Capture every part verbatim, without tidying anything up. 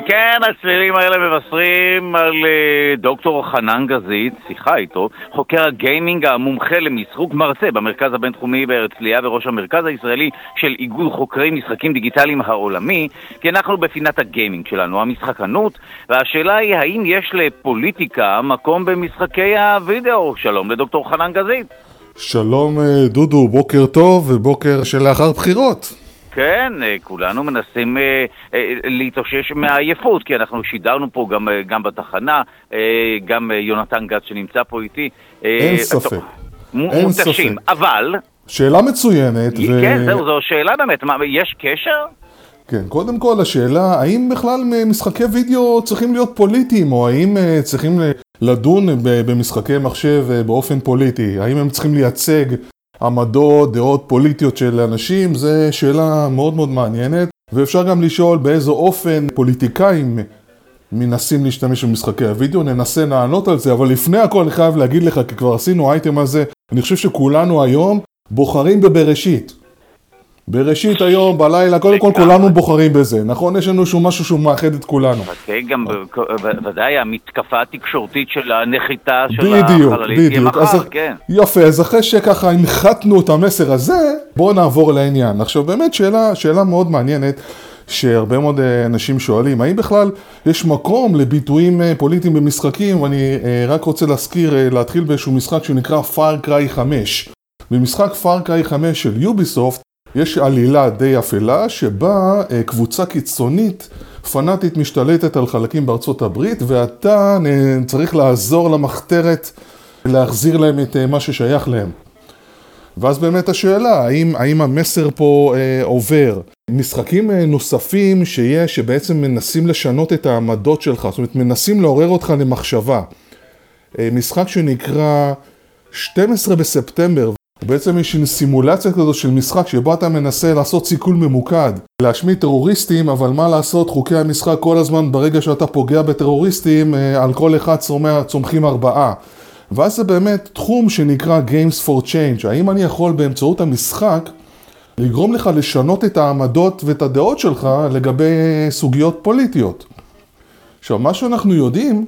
כן, הצלילים האלה מבשרים על דוקטור חנן גזית, שיחה איתו, חוקר הגיימינג המומחה למשחוק, מרצה במרכז הבינתחומי בהרצליה וראש המרכז הישראלי של איגוד חוקרי משחקים דיגיטליים העולמי, כי אנחנו בפינת הגיימינג שלנו, המשחקנות, והשאלה היא האם יש לפוליטיקה מקום במשחקי הוידאו. שלום לדוקטור חנן גזית. שלום דודו, בוקר טוב ובוקר שלאחר בחירות. כן, כולנו מנסים אה, אה, להתאושש מהעייפות, כי אנחנו שידרנו פה גם, גם בתחנה, אה, גם יונתן גץ שנמצא פה איתי. אה, אין ספק, אין מותשים, ספק. אבל... שאלה מצוינת. ו... כן, זהו, זו שאלה באמת, מה, יש קשר? כן, קודם כל השאלה, האם בכלל משחקי וידאו צריכים להיות פוליטיים, או האם צריכים לדון במשחקי מחשב באופן פוליטי? האם הם צריכים לייצג עמדות, דעות פוליטיות של אנשים? זו שאלה מאוד מאוד מעניינת, ואפשר גם לשאול באיזו אופן פוליטיקאים מנסים להשתמש במשחקי הוידאו. ננסה לענות על זה, אבל לפני הכל אני חייב להגיד לך, כי כבר עשינו אייטם הזה, אני חושב שכולנו היום בוחרים בבראשית. בראשית היום, בלילה, קודם כל כולנו בוחרים בזה, נכון? יש לנו שהוא משהו שהוא מאחד את כולנו. גם ודאי המתקפה התקשורתית של הנחיתה של החללית תהיה מחר, כן. יפה, אז אחרי שככה הנחתנו את המסר הזה, בואו נעבור לעניין. עכשיו באמת שאלה, שאלה מאוד מעניינת, שהרבה מאוד אנשים שואלים, האם בכלל יש מקום לביטויים פוליטיים במשחקים? ואני רק רוצה להזכיר, להתחיל באיזשהו משחק שנקרא Far Cry חמש. במשחק Far Cry חמש של יוביסופט, יש עלילה די אפלה שבה קבוצה קיצונית, פנאטית משתלטת על חלקים בארצות הברית, ואתה צריך לעזור למחתרת להחזיר להם את מה ששייך להם. ואז באמת השאלה, האם, האם המסר פה אה, עובר? משחקים נוספים שיש, שבעצם מנסים לשנות את העמדות שלך, זאת אומרת מנסים לעורר אותך למחשבה. אה, משחק שנקרא שנים עשר בספטמבר, בעצם יש סימולציה כזאת של משחק שבו אתה מנסה לעשות סיכול ממוקד, להשמיד טרוריסטים, אבל מה לעשות, חוקי המשחק כל הזמן ברגע שאתה פוגע בטרוריסטים, על כל אחד צומחים ארבעה. ואז זה באמת תחום שנקרא Games for Change. האם אני יכול באמצעות המשחק לגרום לך לשנות את העמדות ואת הדעות שלך לגבי סוגיות פוליטיות? עכשיו, מה שאנחנו יודעים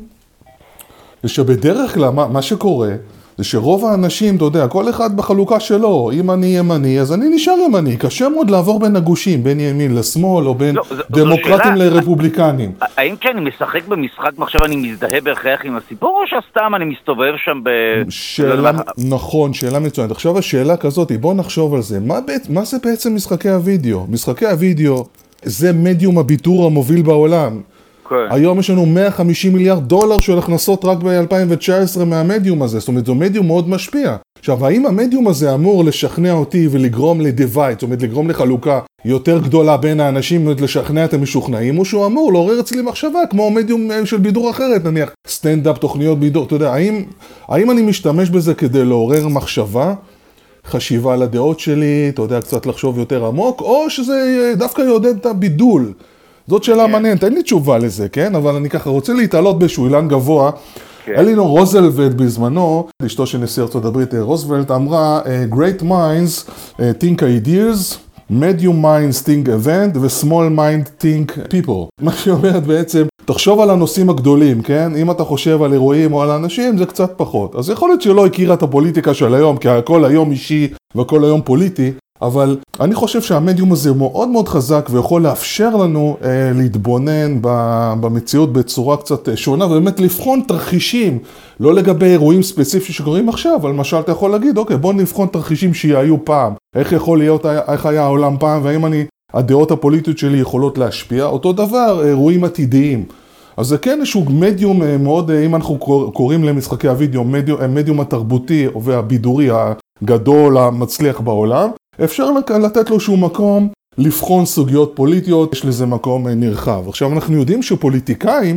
זה שבדרך כלל מה, מה שקורה זה שרוב האנשים, אתה יודע, כל אחד בחלוקה שלו, אם אני ימני, אז אני נשאר ימני. קשה מאוד לעבור בין הגושים, בין ימין לשמאל, או בין לא, דמוקרטים שאלה, לרפובליקנים. האם כן, אני משחק במשחק, עכשיו אני מזדהה בהכרח עם הסיפור, או שסתם אני מסתובב שם ב... שאלה, נכון, שאלה מצוינת. עכשיו השאלה כזאת, בוא נחשוב על זה. מה, מה זה בעצם משחקי הוידאו? משחקי הוידאו זה מדיום הביטור המוביל בעולם. היום יש לנו מאה וחמישים מיליארד דולר של הכנסות רק ב-אלפיים תשע עשרה מהמדיום הזה, זאת אומרת, זו מדיום מאוד משפיע. עכשיו, האם המדיום הזה אמור לשכנע אותי ולגרום לדיווייד, זאת אומרת, לגרום לחלוקה יותר גדולה בין האנשים, לשכנע את המשוכנעים, או שהוא אמור לעורר אצלי מחשבה, כמו מדיום של בידור אחרת, נניח סטנדאפ, תוכניות בידור, אתה יודע, האם, האם אני משתמש בזה כדי לעורר מחשבה, חשיבה על הדעות שלי, אתה יודע, קצת לחשוב יותר עמוק, או שזה דווקא יעודד את הבידול? זאת שאלה מעניינת, אין לי תשובה לזה, כן? אבל אני ככה רוצה להתעלות באיזשהו אילן גבוה. אלינור רוזוולט בזמנו, אשתו של נשיא ארצות הברית רוזוולט, אמרה, Great minds think ideas, medium minds think event, ו-small mind think people. מה שאומרת בעצם, תחשוב על הנושאים הגדולים, כן? אם אתה חושב על אירועים או על אנשים, זה קצת פחות. אז יכול להיות שלא הכירה את הפוליטיקה של היום, כי הכל היום אישי והכל היום פוליטי, אבל אני חושב שהמדיום הזה מאוד מאוד חזק ויכול לאפשר לנו אה, להתבונן במציאות בצורה קצת שונה, ובאמת לבחון תרחישים, לא לגבי אירועים ספציפיים שקורים עכשיו, אבל למשל אתה יכול להגיד, אוקיי, בוא נבחון תרחישים שיהיו פעם, איך יכול להיות, איך היה העולם פעם, והאם אני, הדעות הפוליטיות שלי יכולות להשפיע, אותו דבר, אירועים עתידיים. אז זה כן איזשהו מדיום מאוד, אם אנחנו קוראים למשחקי הוידאו, מדיום, מדיום התרבותי והבידורי הגדול, המצליח בעולם, אפשר לתת לו שהוא מקום לבחון סוגיות פוליטיות, יש לזה מקום נרחב. עכשיו אנחנו יודעים שפוליטיקאים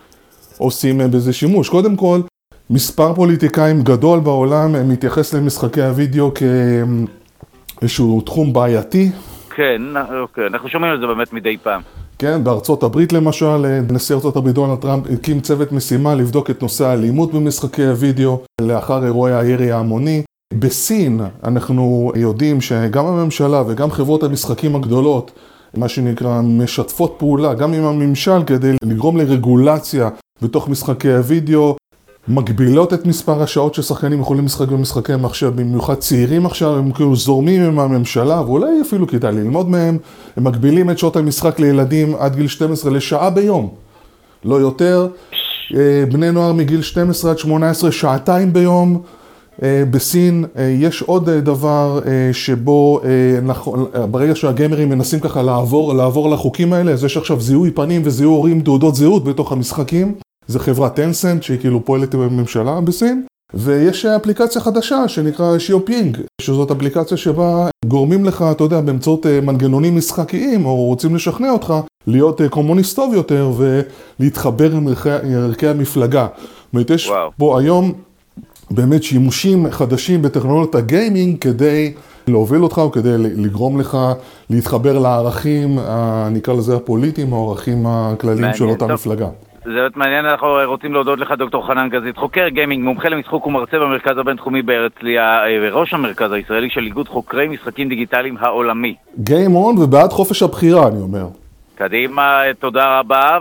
עושים בזה שימוש. קודם כל, מספר פוליטיקאים גדול בעולם מתייחס למשחקי הוידאו כאיזשהו תחום בעייתי. כן, אוקיי, אנחנו שומעים על זה באמת מדי פעם. כן, בארצות הברית למשל, נשיא ארצות הברית דונלד טראמפ הקים צוות משימה לבדוק את נושא האלימות במשחקי הוידאו לאחר אירועי הירי ההמוני. בסין אנחנו יודעים שגם הממשלה וגם חברות המשחקים הגדולות מה שנקרא משתפות פעולה, גם עם הממשל, כדי לגרום לרגולציה בתוך משחקי הוידאו, מגבילות את מספר השעות ששחקנים יכולים לשחק במשחקי מחשב, במיוחד צעירים עכשיו, הם כאילו זורמים עם הממשלה, ואולי אפילו כדאי ללמוד מהם, הם מגבילים את שעות המשחק לילדים עד גיל שתים עשרה לשעה ביום, לא יותר, בני נוער מגיל שתים עשרה עד שמונה עשרה, שעתיים ביום. בסין יש עוד דבר שבו ברגע שהגיימרים מנסים ככה לעבור, לעבור לחוקים האלה, אז יש עכשיו זיהוי פנים וזיהוי הורים, תעודות זהות בתוך המשחקים. זה חברת טנסנט שהיא כאילו פועלת בממשלה בסין, ויש אפליקציה חדשה שנקרא שיופינג, שזאת אפליקציה שבה גורמים לך, אתה יודע, באמצעות מנגנונים משחקיים, או רוצים לשכנע אותך להיות קומוניסט טוב יותר ולהתחבר עם ערכי המפלגה. זאת אומרת, יש פה היום באמת שימושים חדשים בטכנולוגיית הגיימינג כדי להוביל אותך או כדי לגרום לך להתחבר לערכים, נקרא לזה הפוליטיים, או הערכים הכלליים של אותה מפלגה. זה באמת מעניין, אנחנו רוצים להודות לך דוקטור חנן גזית, חוקר גיימינג, מומחה למשחק ומרצה במרכז הבינתחומי בהרצליה, וראש המרכז הישראלי של איגוד חוקרי משחקים דיגיטליים העולמי. גיים און ובעד חופש הבחירה, אני אומר. קדימה, תודה רבה.